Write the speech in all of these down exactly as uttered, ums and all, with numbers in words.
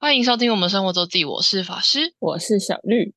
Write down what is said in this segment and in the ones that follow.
欢迎收听我们生活周记，我是法师， 我是小绿。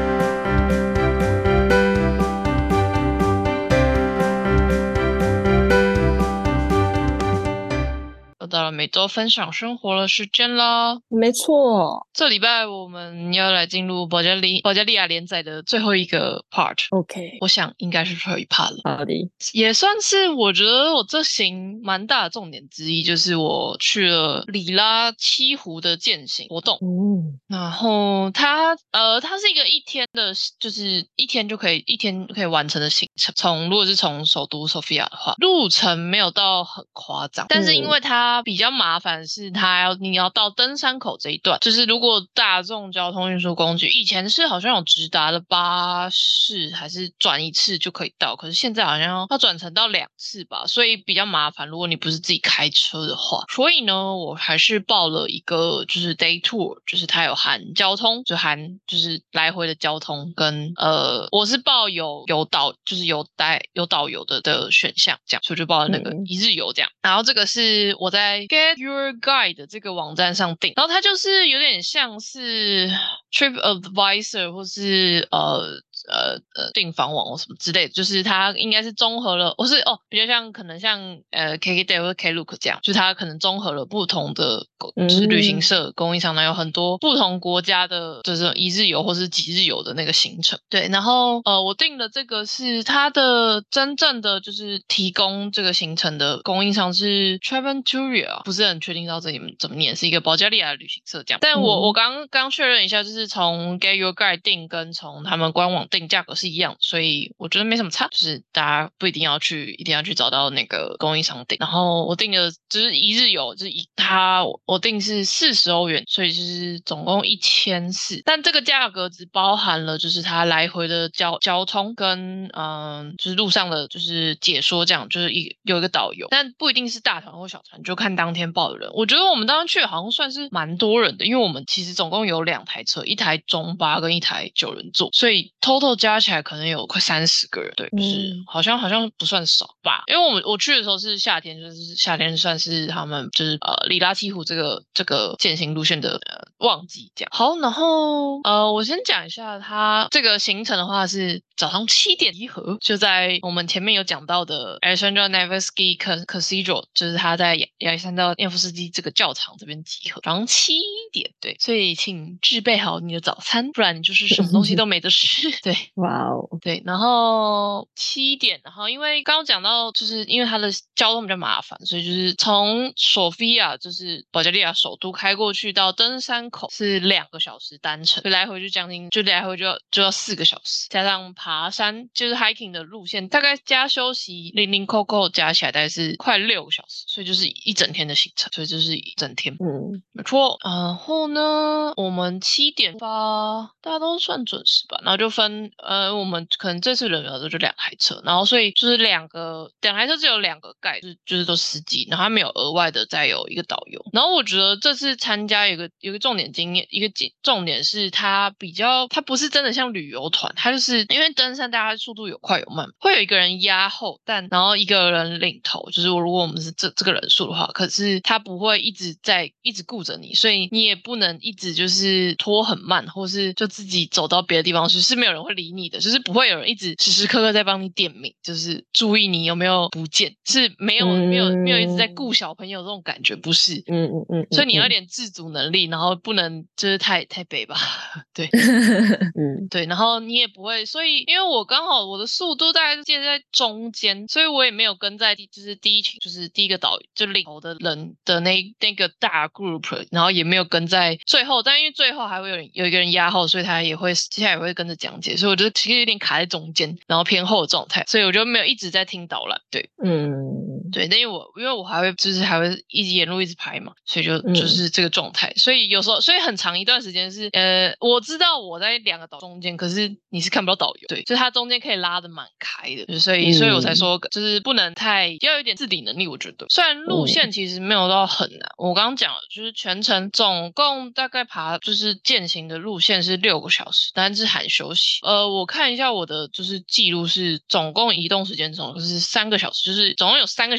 又到了每周分享生活的时间啦。 没错， 这礼拜我们要来进入保加利保加利亚连载的最后一个 part。 OK， 我想应该是最后一 part 了。 好的， 也算是我觉得我这行蛮大的重点之一，就是我去了里拉七湖的践行活动。 嗯， 然后它呃它是一个一天的，就是一天就可以一天可以完成的行程。从如果是从首都 Sofia 的话，路程没有到很夸张，但是因为它比较麻烦，是它要你要到登山口这一段，就是如果大众交通运输工具以前是好像有直达的巴士，还是转一次就可以到，可是现在好像要转乘到两次吧，所以比较麻烦。如果你不是自己开车的话，所以呢，我还是报了一个就是 day tour， 就是它有含交通，就含就是来回的交通跟呃，我是报有有导就是有带有导游的的选项这样，所以就报了那个一日游这样。嗯、然后这个是我在 Get Your Guide 这个网站上订，然后它就是有点像是 Trip Advisor 或是呃。呃呃，订房网或什么之类的，就是它应该是综合了，我是哦，比较像可能像呃 K K Day 或者 Klook 这样，就是它可能综合了不同的就是旅行社供应商呢，有很多不同国家的，就是一日游或是几日游的那个行程。对，然后呃，我订的这个是它的真正的就是提供这个行程的供应商是 Traventuria， 不是很确定到这里怎么念，是一个保加利亚的旅行社这样。但我、嗯、我刚刚确认一下，就是从 Get Your Guide 订跟从他们官网定价格是一样，所以我觉得没什么差，就是大家不一定要去一定要去找到那个供应商订。然后我订的就是一日游，就是一它我订是四十欧元，所以就是总共一千四。但这个价格只包含了就是它来回的交交通跟嗯就是路上的就是解说这样，就是一有一个导游，但不一定是大团或小团，就看当天报的人。我觉得我们当时去好像算是蛮多人的，因为我们其实总共有两台车，一台中巴跟一台九人座，所以 total 加起来可能有快三十个人，对，就是好像好像不算少吧。因为我们我去的时候是夏天，就是夏天算是他们就是呃里拉七湖这个这个践行路线的呃旺季这样。好，然后呃我先讲一下它这个行程的话是早上七点集合，就在我们前面有讲到的 Alexander Nevsky Cathedral， 就是他在亚历山大涅夫斯基这个教堂这边集合，早上七点，对，所以请制备好你的早餐，不然你就是什么东西都没得吃。对， 哇哦， 对，然后七点，然后因为刚刚讲到，就是因为它的交通比较麻烦，所以就是从索菲亚，就是保加利亚首都开过去到登山口是两个小时单程，就来回就将近，就来回就要就要四个小时，加上爬山就是 hiking 的路线，大概加休息零零扣扣加起来大概是快六个小时，所以就是一整天的行程，所以就是一整天。嗯，没错。然后呢，我们七点发，大家都算准时吧，然后就分呃，我们可能这次人比较多，就两台车，然后所以就是两个两台车只有两个盖，就是就是都司机，然后他没有额外的再有一个导游。然后我觉得这次参加有个有个重点经验，一个重点是它比较，它不是真的像旅游团，它就是因为登山大家速度有快有慢，会有一个人压后，但然后一个人领头，就是如果我们是这这个人数的话，可是他不会一直在一直顾着你，所以你也不能一直就是拖很慢，或是就自己走到别的地方去，是没有人会理你的，就是不会有人一直时时刻刻在帮你点名，就是注意你有没有不见，是没有、嗯、没有没有一直在顾小朋友这种感觉，不是，嗯嗯嗯，所以你要有点自主能力，然后不能就是太太北吧，对，嗯对，然后你也不会，所以因为我刚好我的速度大概是介在中间，所以我也没有跟在就是第一群就是第一个导就领头的人的那那个大 group， 然后也没有跟在最后，但因为最后还会有有一个人压后，所以他也会接下来也会跟着讲解，所以我就其实有点卡在中间，然后偏后的状态，所以我就没有一直在听导览，对，嗯，对，但因为我因为我还会就是还会一直沿路一直拍嘛，所以就就是这个状态，嗯、所以有时候所以很长一段时间是呃我知道我在两个岛中间，可是你是看不到导游，对，就是它中间可以拉得蛮开的，所以、嗯、所以我才说就是不能太要有一点自理能力，我觉得虽然路线其实没有到很难，嗯、我刚刚讲了就是全程总共大概爬就是健行的路线是六个小时，但是含休息。呃，我看一下我的就是记录是总共移动时间总共是三个小时，就是总共有三个小时。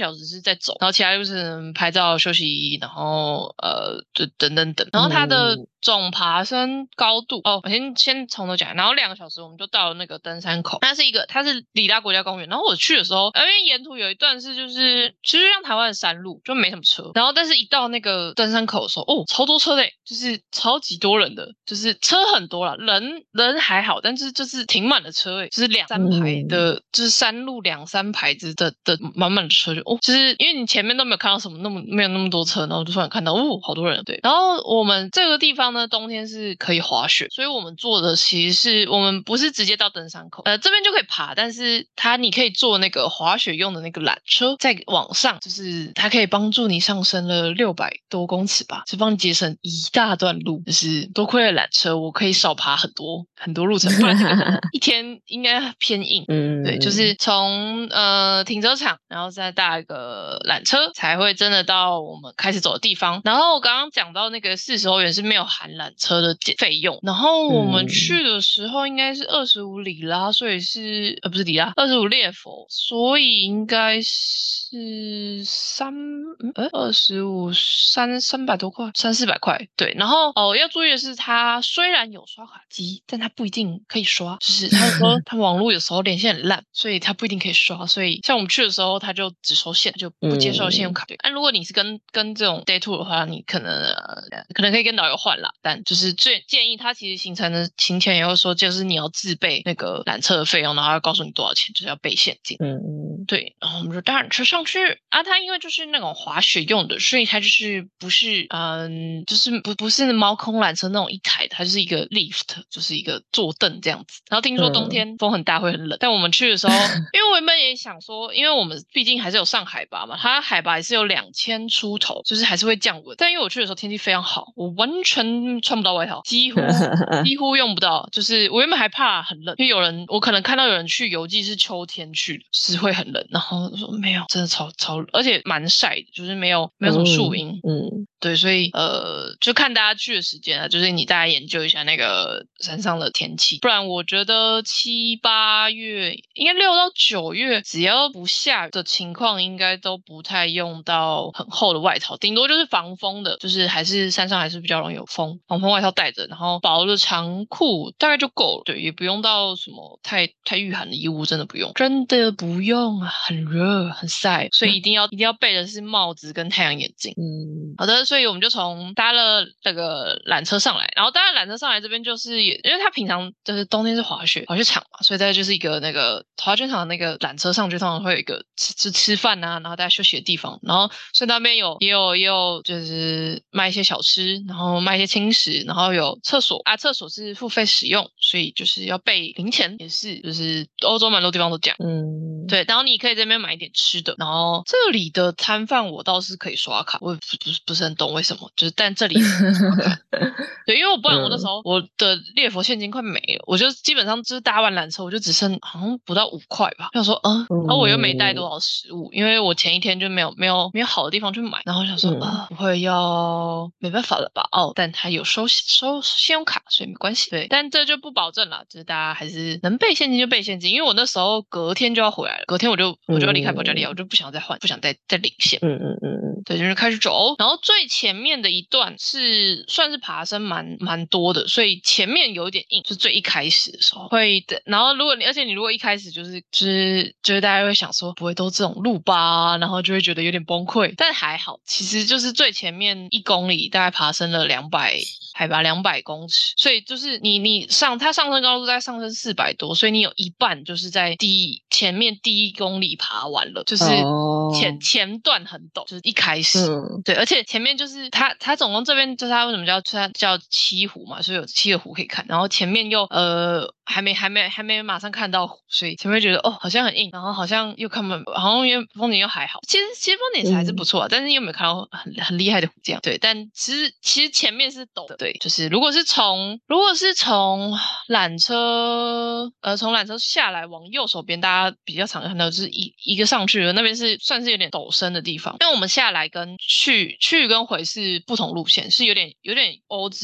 小时是在走，然后其他就是拍照休息，然后呃就等等等，然后它的总爬升高度、嗯、哦，我先先从头讲，然后两个小时我们就到了那个登山口，它是一个它是里拉国家公园，然后我去的时候，因为沿途有一段是就是其实像台湾的山路就没什么车，然后但是一到那个登山口的时候，哦，超多车的，就是超级多人的，就是车很多啦，人人还好，但是就是停满了车诶，就是两三排的、嗯、就是山路两三排子的的满满的车就哦，就是因为你前面都没有看到什么那么没有那么多车，然后就突然看到哦好多人，对，然后我们这个地方呢冬天是可以滑雪，所以我们做的其实是我们不是直接到登山口，呃这边就可以爬，但是它你可以坐那个滑雪用的那个缆车再往上，就是它可以帮助你上升了六百多公尺吧，是帮你节省一大段路，就是多亏了缆车我可以少爬很多很多路程，不然这个一天应该偏硬。嗯，对，就是从呃停车场然后再搭一个缆车才会真的到我们开始走的地方，然后我刚刚讲到那个四十欧元是没有含缆车的费用，然后我们去的时候应该是二十五里拉，所以是呃不是里拉二十五列佛，所以应该是三呃二十五三三百多块三四百块，对，然后哦要注意的是它虽然有刷卡机，但它不一定可以刷，就是他说他网络有时候连线很烂，所以他不一定可以刷，所以像我们去的时候他就只收现，就不接受信用卡。对，那、啊、如果你是跟跟这种 day tour 的话，你可能、呃、可能可以跟导游换啦，但就是最建议他其实行程的行前也会说，就是你要自备那个缆车的费用，然后要告诉你多少钱，就是要备现金。嗯嗯，对，然后我们就搭缆车上去啊，它因为就是那种滑雪用的，所以它就是不是嗯就是不不是猫空缆车那种一台的，它就是一个 lift， 就是一个坐凳这样子。然后听说冬天风很大会很冷，但我们去的时候，因为我原本也想说，因为我们毕竟还是有上海拔嘛，它海拔也是有两千出头，就是还是会降温。但因为我去的时候天气非常好，我完全穿不到外套，几乎几乎用不到。就是我原本还怕很冷，因为有人我可能看到有人去游记是秋天去的，是会很冷。然后我说没有，真的超超冷，而且蛮晒的，就是没有没有什么树荫。嗯。嗯对，所以呃，就看大家去的时间啊，就是你大家研究一下那个山上的天气，不然我觉得七八月，应该六到九月，只要不下雨的情况，应该都不太用到很厚的外套，顶多就是防风的，就是还是山上还是比较容易有风，防风外套带着，然后薄的长裤大概就够了，对，也不用到什么太太御寒的衣物，真的不用，真的不用啊，很热很晒，所以一定要一定要备的是帽子跟太阳眼镜。嗯，好的。所以我们就从搭了那个缆车上来，然后搭了缆车上来这边就是也因为它平常就是冬天是滑雪滑雪场嘛，所以在就是一个那个滑雪场的那个缆车上去通常会有一个吃吃吃饭啊，然后大家休息的地方，然后所以那边有也有也有就是卖一些小吃，然后卖一些轻食，然后有厕所啊，厕所是付费使用，所以就是要备零钱，也是就是欧洲蛮多地方都这样。嗯，对，然后你可以在这边买一点吃的，然后这里的摊贩我倒是可以刷卡，我也不是不是很懂为什么，就是但这里对，因为我不然我那时候、嗯、我的列佛现金快没了，我就基本上就是搭完缆车我就只剩好像不到五块吧，想说嗯，然后我又没带多少食物，因为我前一天就没有没有没有好的地方去买，然后想说、嗯、啊不会要没办法了吧，哦，但他有收收信用卡，所以没关系，对，但这就不保证啦，就是大家还是能备现金就备现金，因为我那时候隔天就要回来了，隔天我就我就要离开保加利亚、嗯、我就不想再换，不想再再领现，嗯嗯嗯嗯，对，就是开始走，然后最前面的一段是算是爬升蛮蛮多的，所以前面有一点硬，就最一开始的时候会的。然后如果你而且你如果一开始就是就是就是大家会想说不会都这种路吧，然后就会觉得有点崩溃，但还好，其实就是最前面一公里大概爬升了两百海拔两百公尺，所以就是你你上它上升高度在上升四百多，所以你有一半就是在第前面第一公里爬完了，就是前、oh. 前段很陡，就是一开始、嗯、对，而且前面就是它它总共这边就是它为什么叫它叫七湖嘛，所以有七个湖可以看，然后前面又呃还没还没还没马上看到湖，所以前面觉得哦好像很硬，然后好像又看不好像因为风景又还好，其实其实风景还是不错、啊嗯、但是又没有看到很很厉害的湖这样，对，但其实其实前面是陡的，对，就是如果是从如果是从缆车呃从缆车下来往右手边，大家比较常看到就是一一个上去的那边是算是有点陡升的地方，但我们下来跟去去跟回是不同路线，是有点有点 O 字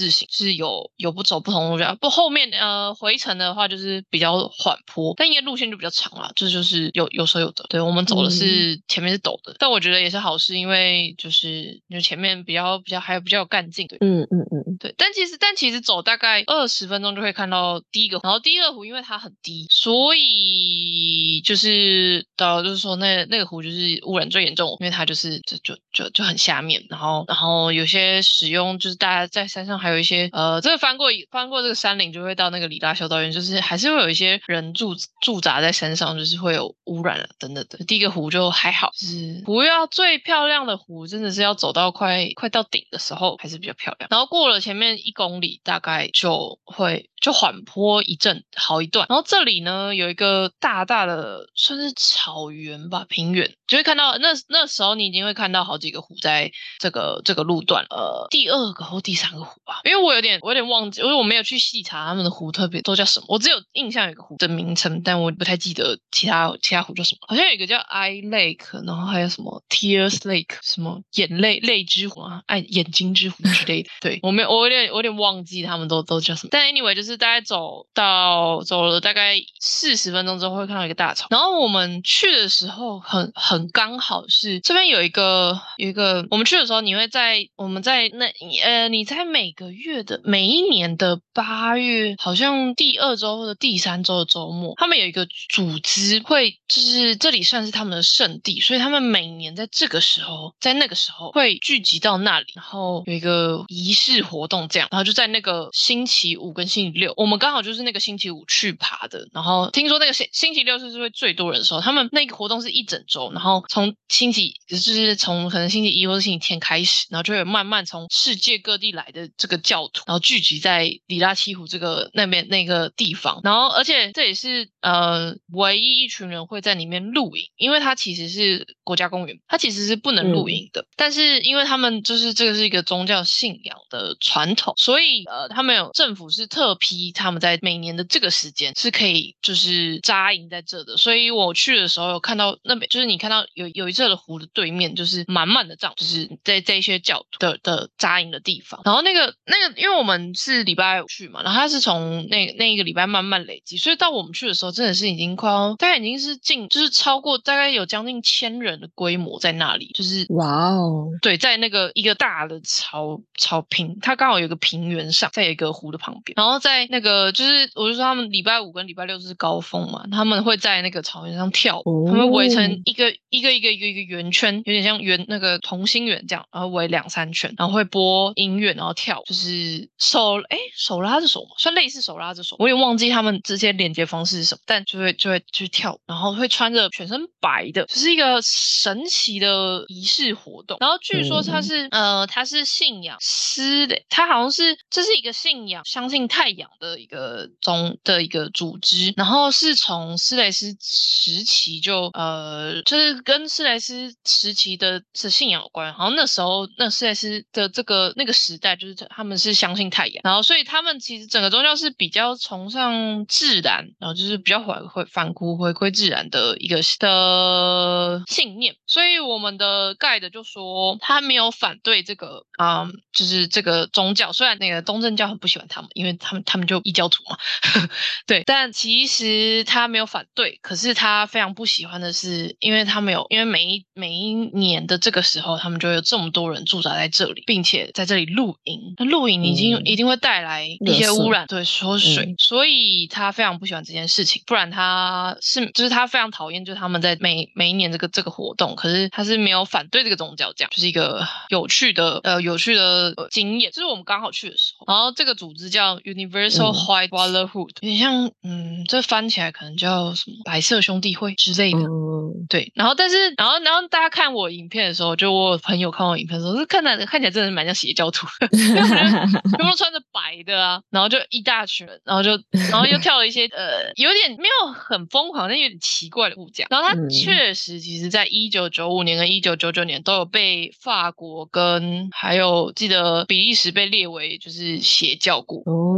字形，是有有不走不同路线，不后面呃回程的话就是比较缓坡，但应该路线就比较长啦，这就是有有舍有得。对，我们走的是、嗯、前面是陡的，但我觉得也是好事，因为就是就前面比较比较还有比较有干劲。对， 嗯嗯嗯， 对，但其实但其实走大概二十分钟就会看到第一个，然后第二湖因为它很低，所以就是导游就是说那那个湖就是污染最严重，因为它就是就就就就很下面，然后然后有些使用就是大家在山上还有一些呃，这个翻过翻过这个山岭就会到那个里拉修道院，就是还是会有一些人驻驻扎在山上，就是会有污染啊等等的。第一个湖就还好，就是湖要最漂亮的湖真的是要走到快快到顶的时候还是比较漂亮，然后过了前面一公里大概就会就缓坡一阵好一段，然后这里呢有一个大大的算是草原吧平原，就会看到那那时候你已经会看到好几个湖在这个这个路段，呃第二个或第三个湖吧，因为我有点我有点忘记，因为我没有去细查他们的湖特别都叫什么，我只有印象有一个湖的名称，但我不太记得其他其他湖叫什么，好像有一个叫 Eye Lake， 然后还有什么 Tears Lake， 什么眼泪泪之湖啊，爱眼睛之湖之类的，对我没有我有点我有点忘记他们都都叫什么，但 anyway 就是大概走到走了大概四十分钟之后会看到一个大草，然后我们去的时候很很刚好是这边有一个有一个我们去的时候你会在我们在那呃你在每个月的每一年的八月好像第二周或者第三周的周末，他们有一个组织会就是这里算是他们的圣地，所以他们每年在这个时候在那个时候会聚集到那里，然后有一个仪式活动这样，然后就在那个星期五跟星期六，我们刚好就是那个星期五去爬的，然后听说那个星星期六是会最多人的时候，他们那个活动是一整周，然后从星期就是从可能星期一或者星期天开始，然后就会慢慢从世界各地来的这个教徒，然后聚集在里拉七湖这个那边那个地方，然后而且这也是呃唯一一群人会在里面露营，因为它其实是国家公园，它其实是不能露营的，嗯、但是因为他们就是这个是一个宗教信仰的传统，所以呃他们有政府是特批他们在每年的这个时间是可以就是扎营在这的，所以我去的时候有看到那边就是你看到有有一侧的湖的对面就是满满的帐，就是在这一些教徒的的扎营的地方，然后那个那个因为我们是礼拜五去嘛，然后它是从那那一个礼拜慢慢累积，所以到我们去的时候真的是已经快要大概已经是近就是超过大概有将近千人的规模在那里，就是哇哦， 对，在那个一个大的草草坪，它刚好有一个平原上，在一个湖的旁边，然后在那个就是我就说他们礼拜五跟礼拜六是高峰嘛，他们会在那个草原上跳舞，他们围成一个一个一个一个一个圆圈，有点像圆那个同心圆这样，然后围两三圈，然后会播音乐，然后跳，就是手哎手拉着手嘛，算类似手拉着手，我也忘记他们之间连接方式是什么，但就会就会去跳舞，然后会穿着全身白的，就是一个神奇的仪式活动。然后据说他是、嗯、呃他是信仰斯雷，他好像是这是一个信仰相信太阳的一个宗的一个组织，然后是从斯雷斯时期就呃就是跟斯雷斯时期的是信仰有关，好像那时候那斯雷斯的这个那个时代就是他们是相信太阳，然后所以他们其实整个宗教是比较崇尚自然，然后就是比较回回反骨回归自然的一个的信念，所以我们的 guide 就说他没有反对这个啊、嗯，就是这个宗教，虽然那个东正教很不喜欢他们，因为他们他们就异教徒嘛，对，但其实他没有反对，可是他非常不喜欢的是，因为他们有因为每一每一年的这个时候，他们就有这么多人驻扎在这里，并且在这里露营，那露营已经、嗯、一定会带来一些污染，对，说水、嗯，所以他非常不喜欢这件事情，不然他是就是他非常讨厌，就是他们在每每一年这个这个活动，可是他是没有反对这个宗教，这样就是一个有趣的呃有趣的、呃、经验，就是我们刚好去的时候，然后这个组织叫 Universal White Brotherhood，、嗯、有点像嗯，这翻起来可能叫什么白色兄弟会之类的，嗯、对，然后但是然后然后大家看我影片的时候，就我朋友看我影片的时候，是看起看起来真的蛮像邪教徒的，因为全部都穿着白的啊，然后就一大群人，然后就然后又跳了一些呃有点没有很疯狂，但有点奇怪的舞蹈，然后他确实其实在一九九五年跟一九九九年都有被法国跟还有记得比利时被列为就是邪教过哦。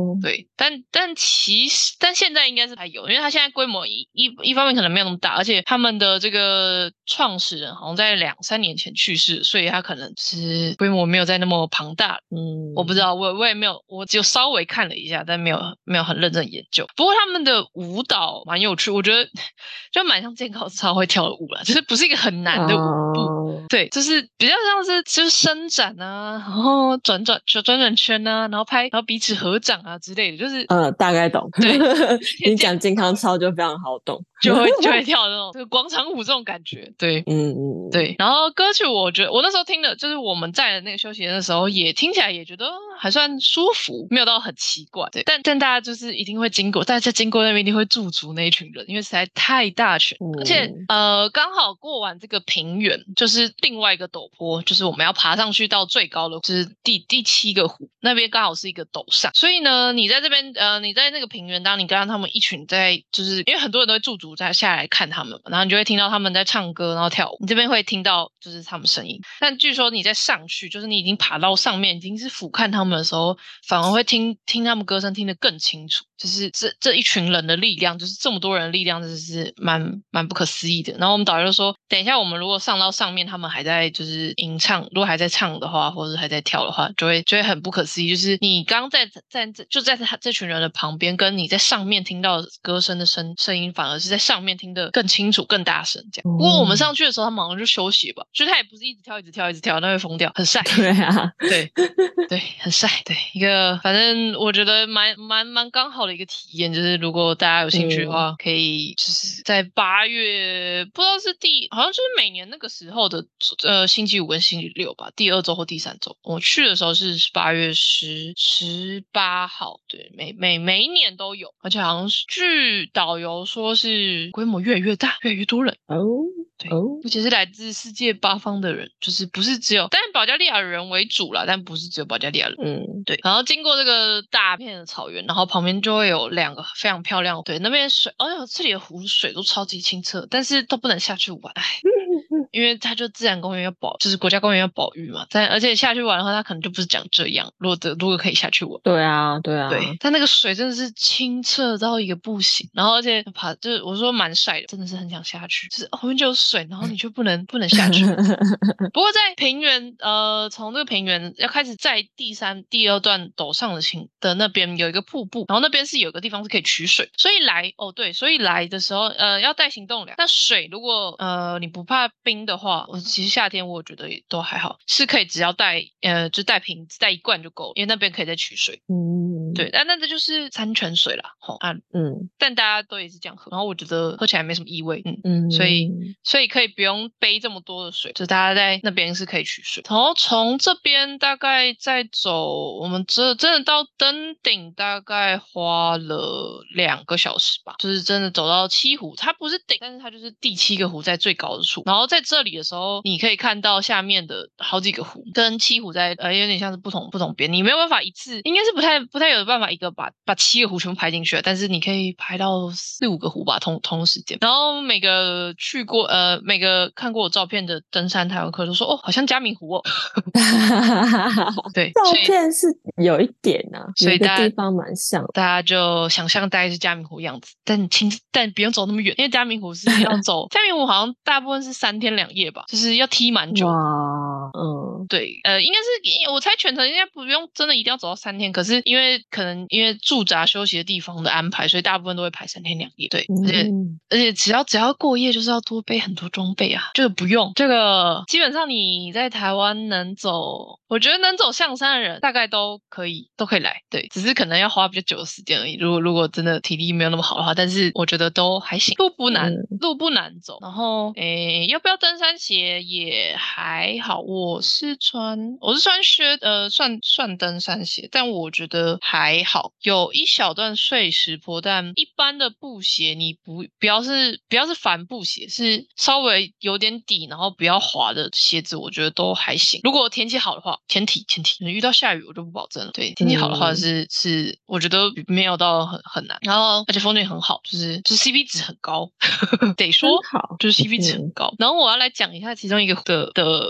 哦， 对，但但其实但现在应该是还有，因为它现在规模一一一方面可能没有那么大，而且他们的这个创始人好像在两三年前去世，所以他可能是规模没有再那么庞大了。 嗯， 我不知道，我我也没有，我只有稍微看了一下，但没有没有很认真研究。不过他们的舞蹈蛮有趣，我觉得就蛮像健考操会跳的舞啦，就是不是一个很难的舞步， 哦， 对，就是比较像是就是伸展啊，然后转转转转转圈啊，然后拍，然后彼此合掌啊之类的，就是呃，大概懂。 对你讲健康操就非常好懂， 就会就会跳那种这个广场舞这种感觉，对， 嗯嗯， 对。然后歌曲我觉得我那时候听的，就是我们在的那个休息的时候，也听起来也觉得还算舒服，没有到很奇怪，对。但但大家就是一定会经过，大家经过那边一定会驻足那一群人，因为实在太大群， 嗯、 而且呃刚好过完这个平原，就是另外一个陡坡，就是我们要爬上去到最高的，就是第第七个湖那边刚好是一个陡上，所以呢，你在这边呃你在那个平原，当你跟他们一群在，就是因为很多人都会驻足在下来看他们嘛，然后你就会听到他们在唱歌，然后跳舞，你这边会听到就是他们声音。但据说你在上去，就是你已经爬到上面，已经是俯瞰他们的时候，反而会听听他们歌声听得更清楚。就是这这一群人的力量，就是这么多人的力量，真的是蛮蛮不可思议的。然后我们导游就说，等一下我们如果上到上面，他们还在就是吟唱，如果还在唱的话，或者还在跳的话，就会就会很不可思议。就是你刚在在就在他这群人的旁边，跟你在上面听到歌声的声声音，反而是在上面听得更清楚、更大声这样。不过我们上去的时候，他马上就休息吧，就是他也不是一直跳、一直跳、一直跳，那会疯掉，很晒。 对啊， 对对，很晒。对，一个反正我觉得蛮蛮蛮刚好的一个体验，就是如果大家有兴趣的话，嗯、可以就是在八月，不知道是第好像就是每年那个时候的呃星期五跟星期六吧，第二周或第三周。我去的时候是八月十十八号，对，每每每一年都有，而且好像是据导游说是规模越来越大，越来越多人哦。 对，而且是来自世界八方的人，就是不是只有，但保加利亚人为主啦，但不是只有保加利亚人。嗯，对。然后经过这个大片的草原，然后旁边就会有两个非常漂亮，对，那边水，而且这里的湖水都超级清澈，但是都不能下去玩，哎。因为它就自然公园要保，就是国家公园要保育嘛。但而且下去玩的话，它可能就不是讲这样。如果的如果可以下去玩， 对啊，对啊， 对。但那个水真的是清澈到一个不行，然后而且爬就是我说蛮晒的，真的是很想下去。就是后面就有水，然后你就不能不能下去。不过在平原，呃，从这个平原要开始在第三、第二段陡上的情的那边有一个瀑布，然后那边是有个地方是可以取水，所以来哦对，所以来的时候呃要带行动粮。那水如果呃你不怕冰的话，我其实夏天我觉得也都还好，是可以只要带呃就带瓶子带一罐就够，因为那边可以再取水。嗯，对，但那这就是山泉水啦，吼啊，嗯，但大家都也是这样喝，然后我觉得喝起来没什么异味，嗯嗯，所以所以可以不用背这么多的水，就大家在那边是可以取水。然后从这边大概再走，我们这真的到登顶大概花了两个小时吧，就是真的走到七湖，它不是顶，但是它就是第七个湖在最高的处，然后在这里的时候，你可以看到下面的好几个湖，跟七湖在呃有点像是不同不同边，你没有办法一次，应该是不太不太有办法一个把把七个湖全部排进去，但是你可以排到四五个湖吧，同同时间。然后每个去过呃每个看过我照片的登山台湾客都说哦，好像嘉明湖哦。对， 照片是有一点啊， 所以有个地方蛮像， 大家就想象大概是嘉明湖样子，但亲但不用走那么远，因为嘉明湖是要走嘉明湖好像大部分是三天两夜吧，就是要踢蛮久。哇，嗯，对，呃，应该是我猜全程应该不用真的一定要走到三天，可是因为可能因为驻扎休息的地方的安排，所以大部分都会排三天两夜。对，嗯、而且而且只要只要过夜就是要多背很多装备啊，这个不用，这个基本上你在台湾能走，我觉得能走象山的人大概都可以都可以来，对，只是可能要花比较久的时间而已。如果如果真的体力没有那么好的话，但是我觉得都还行，路不难，嗯、路不难走。然后诶，要不要登山鞋也还好，我是穿我是穿靴呃算算登山鞋，但我觉得还好，有一小段碎石坡，但一般的布鞋你不不要是不要是帆布鞋，是稍微有点底然后不要滑的鞋子，我觉得都还行。如果天气好的话，前提前提遇到下雨我就不保证了。对，天气好的话是、嗯、是我觉得没有到很很难，然后而且风景很好，就是就是 C P 值很高，得说好，就是 C P 值很高。嗯、然后我要来讲一下其中一个的的名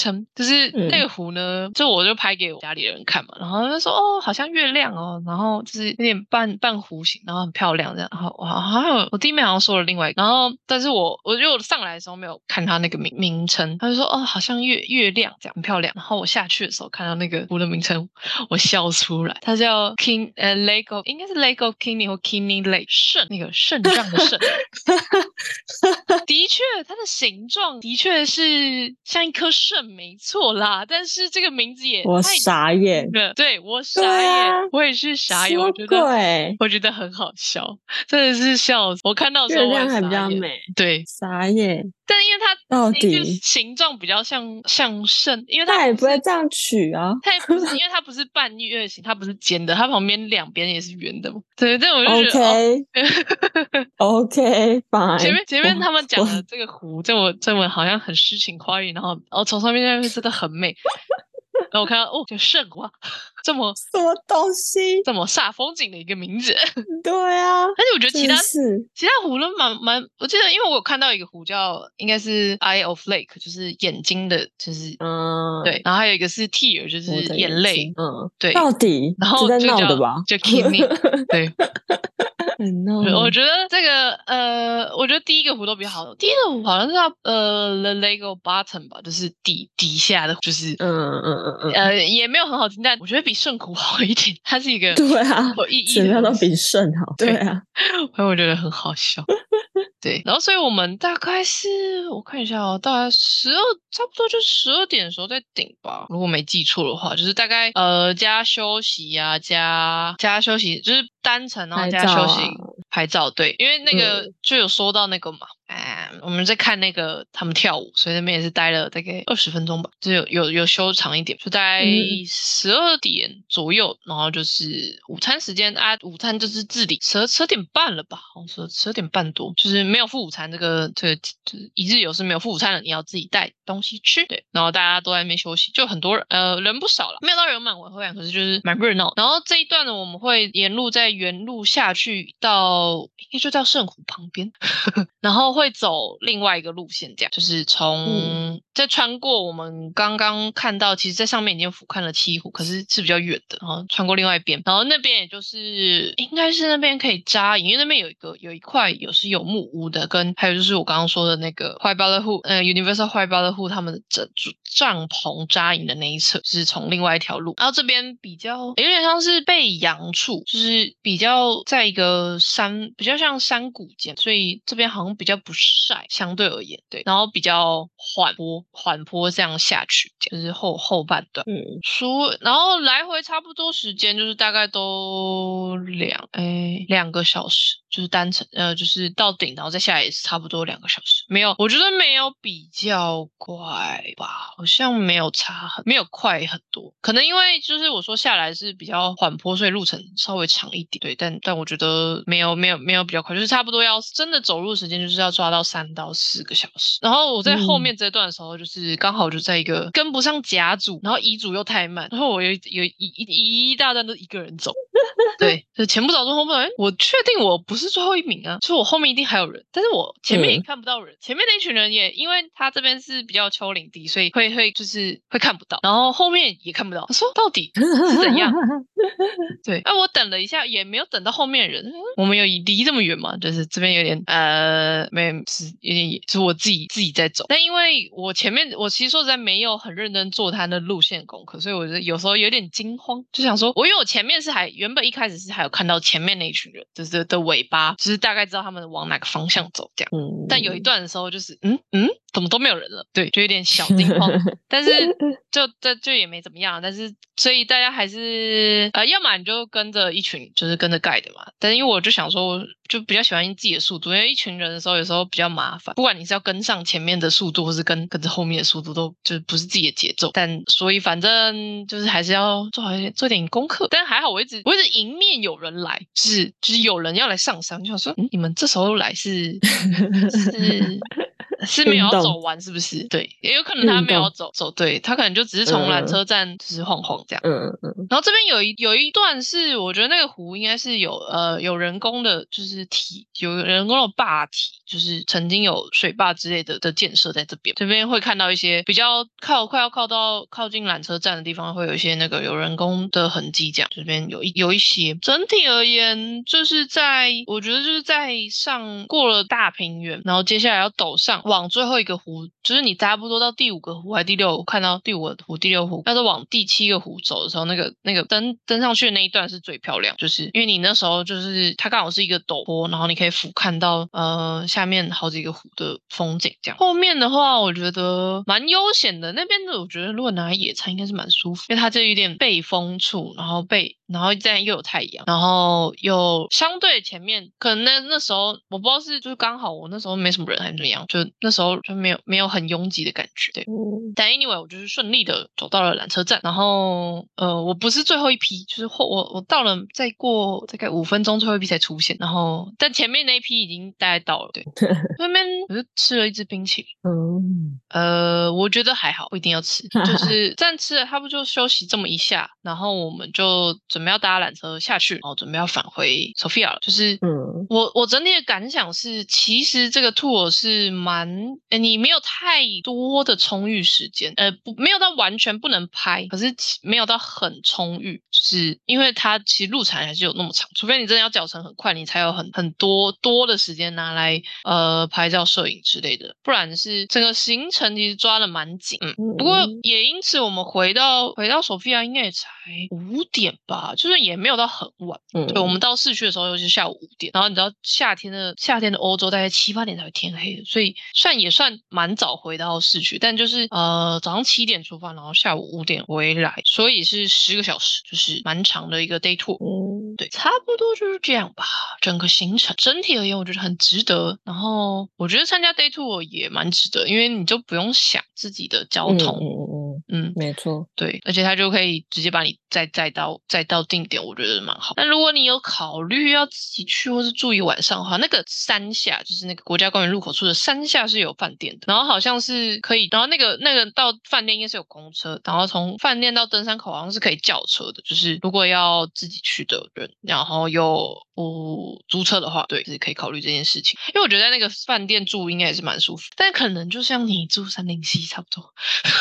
称，就是那个湖呢，嗯、就我就拍给我家里人看嘛，然后就说哦，好像月亮哦，然后就是有点半半弧形，然后很漂亮这样。然后好像我弟妹好像说了另外一个，然后但是我我觉得我上来的时候没有看他那个名名称，他就说哦，好像月月亮这样很漂亮。然后我下去的时候看到那个湖的名称，我笑出来，它叫 King 呃 Lake of 应该是 Lake of Kinney 或 Kinney Lake 肾那个肾脏的肾。的确，它的形状的确是像一颗肾，没错啦。但是这个名字也我傻眼了，对我傻眼，啊、我也是傻眼。我觉得，我觉得很好笑，真的是笑死。我看到的时候我也傻眼， 月亮还比较美， 对， 傻眼。 但因为它到底形状比较像像肾，因为它也不会这样取啊。 它也不是，因为它不是半月形，它不是尖的，它旁边两边也是圆的嘛。对，但我就觉得 OK，OK， fine。 前面前面他们讲的这个湖，这么这么好像很诗情画意，然后哦从上面那边真的很美。然后我看到哦，就圣哇，这么什么东西， 这么煞风景的一个名字。 对啊， 而且我觉得其他其他湖都蛮蛮，我记得因为我有看到一个湖叫应该是 Eye of Lake， 就是眼睛的，就是嗯对，然后还有一个是 tear， 就是眼泪， 嗯对， 到底然后就在闹的吧？ 就 Kinney， 对。 很闹。 我觉得这个呃，我觉得第一个湖都比较好。第一个湖好像是叫呃 The Lake of Bottom 吧，就是底底下的，就是嗯嗯嗯嗯呃也没有很好听，但我觉得比圣湖好一点。它是一个对啊， 有意义的， 怎么样都比圣好。对啊， 所以我觉得很好笑。对，然后所以我们大概是我看一下哦，大概十二差不多就十二点的时候在顶吧，如果没记错的话，就是大概呃加休息啊，加加休息就是单程然后加休息拍照，对，因为那个、嗯、就有说到那个嘛。嗯，我们在看那个他们跳舞，所以那边也是待了大概二十分钟吧，就有有有休长一点，就大概十二点左右，然后就是午餐时间啊，午餐就是自理，十十点半了吧，好像十二点半多，就是没有付午餐，这个这个就是一日游是没有付午餐的，你要自己带东西吃，对，然后大家都在那边休息，就很多人呃人不少了，没有到人满为患，可是就是蛮热闹。然后这一段呢，我们会沿路在原路下去到应该就到圣湖旁边，然后会。会走另外一个路线，这样就是从、嗯、再穿过我们刚刚看到，其实在上面已经俯瞰了七湖，可是是比较远的，然后穿过另外一边，然后那边也就是应该是那边可以扎营，因为那边有一个有一块有是有木屋的，跟还有就是我刚刚说的那个White Brotherhood呃 Universal White Brotherhood 他们的帐篷扎营的那一侧，就是从另外一条路，然后这边比较有点像是背阳处，就是比较在一个山，比较像山谷间，所以这边好像比较不晒，相对而言，对，然后比较缓坡，缓坡这样下去，就是后后半段，嗯，说，然后来回差不多时间就是大概都两诶两个小时，就是单程，呃，就是到顶，然后再下来也是差不多两个小时，没有，我觉得没有比较快吧，好像没有差很，没有快很多，可能因为就是我说下来是比较缓坡，所以路程稍微长一点，对，但但我觉得没有没有没有比较快，就是差不多要真的走路时间就是要抓到三到四个小时。然后我在后面这段的时候，就是刚好就在一个跟不上甲组，然后乙组又太慢，然后我有有一一一大段都一个人走，对，就前不着村后不着店。我确定我不是最后一名啊，就是我后面一定还有人，但是我前面也看不到人，嗯、前面那群人也因为他这边是比较丘陵地，所以会会就是会看不到，然后后面也看不到。他说到底是怎样？对，那、啊、我等了一下，也没有等到后面的人。我们有离这么远嘛？就是这边有点呃，没是有点是我自己自己在走。但因为我前面我其实说实在没有很认真做他的路线功课，所以我就有时候有点惊慌，就想说，我因为我前面是还原本一开始是还有看到前面那一群人，就是的尾巴，就是大概知道他们往哪个方向走这样。嗯，但有一段的时候就是嗯嗯，怎么都没有人了？对，就有点小惊慌。但是就这就也没怎么样，但是所以大家还是呃，要么你就跟着一群，就是跟着盖的嘛。但是因为我就想说，就比较喜欢自己的速度，因为一群人的时候有时候比较麻烦，不管你是要跟上前面的速度，或是跟跟着后面的速度，都就是不是自己的节奏。但所以反正就是还是要做好一点做一点功课。但还好我一直我一直迎面有人来，就是就是有人要来上山，就想说，嗯，你们这时候来是是。 是没有要走完是不是？对，也有可能他没有要走走对，他可能就只是从缆车站就是晃晃这样。 嗯嗯。 然后这边有一有一段是我觉得那个湖应该是有呃有人工的，就是体有人工的坝体，就是曾经有水坝之类的的建设在这边。这边会看到一些比较靠快要靠到靠近缆车站的地方，会有一些那个有人工的痕迹，这样这边有一有一些。整体而言，就是在我觉得就是在上过了大平原，然后接下来要陡上往最后一个湖，就是你差不多到第五个湖还是第六个湖，看到第五个湖、第六湖，要是往第七个湖走的时候，那个那个登登上去的那一段是最漂亮，就是因为你那时候就是它刚好是一个陡坡，然后你可以俯瞰到呃下面好几个湖的风景这样。后面的话我觉得蛮悠闲的，那边的我觉得如果拿来野餐应该是蛮舒服，因为它这有点背风处，然后背然后再又有太阳，然后又相对前面可能那那时候我不知道是就是刚好我那时候没什么人还是怎么样，就那时候就没有没有很拥挤的感觉，对。 嗯， 但 anyway 我就是顺利的走到了缆车站，然后呃我不是最后一批，就是后我我到了再过大概五分钟最后一批才出现，然后但前面那一批已经大概到了，对。那边我就吃了一支冰淇淋， 嗯， 呃，我觉得还好，不一定要吃，就是暂吃了，他不就休息这么一下，然后我们就准备要搭缆车下去，然后准备要返回 Sofia 了。就是嗯， 我我整体的感想是，其实这个 tour 是蛮，呃你没有太多的充裕时间，呃，不没有到完全不能拍，可是其没有到很充裕，就是因为它其实路程还是有那么长，除非你真的要脚程很快，你才有很很多多的时间拿来呃拍照、摄影之类的，不然是整个行程其实抓的蛮紧，嗯，不过也因此我们回到回到 Sofia 应该也才五点吧，就是也没有到很晚。 嗯， 对，我们到市区的时候又是下午五点，然后你知道夏天的夏天的欧洲大概七八点才会天黑的，所以算也算蛮早回到市区，但就是呃早上七点出发，然后下午五点回来，所以是十个小时，就是蛮长的一个 day tour。 嗯， 对，差不多就是这样吧。整个行程整体而言，我觉得很值得。然后我觉得参加 day tour 也蛮值得，因为你就不用想自己的交嗯通。 嗯嗯， 嗯， 没错。 对，而且他就可以直接把你载载到载到定点，我觉得蛮好。但如果你有考虑要自己去或是住一晚上的话，那个山下就是那个国家公园入口处的山下是有饭店的，然后好像是可以，然后那个那个到饭店应该是有公车，然后从饭店到登山口好像是可以叫车的，就是如果要自己去的人，然后又不租车的话，对，是可以考虑这件事情。因为我觉得在那个饭店住应该也是蛮舒服，但可能就像你住三零七差不多。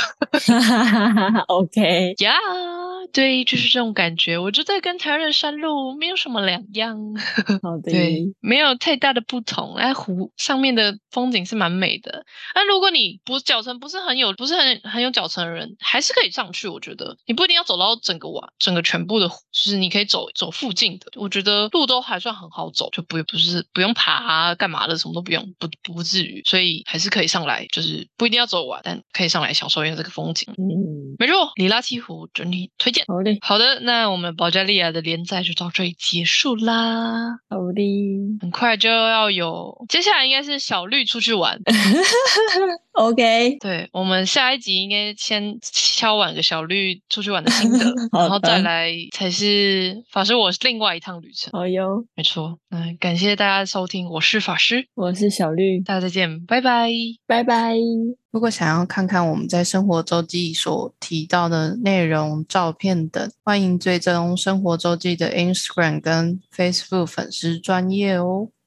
OK， 呀、yeah, 对，就是这种感觉。我觉得跟台湾的山路没有什么两样， 好的， 对，没有太大的不同。哎，湖上面的风景是蛮美的。那如果你不脚程不是很有，不是很很有脚程的人，还是可以上去。我觉得你不一定要走到整个瓦，整个全部的湖，就是你可以走走附近的。我觉得路都还算很好走，就不不是不用爬啊，干嘛的，什么都不用，不不至于。所以还是可以上来，就是不一定要走完，但可以上来享受一下这个风景。 嗯， 没错，里拉七湖整体推荐。 好的， 好的，那我们保加利亚的连载就到这里结束啦。 好的很快就要有，接下来应该是小绿出去玩。 ，OK， 对，我们下一集应该先敲完个小绿出去玩的心得， 好的然后再来才是法师我另外一趟旅程。 好哟， 没错，嗯，感谢大家的收听，我是法师， 我是小绿， 大家再见，拜拜。 拜拜。 如果想要看看我们在生活周记所提到的内容、照片等，欢迎追踪生活周记的 Instagram 跟 Facebook 粉丝专页哦。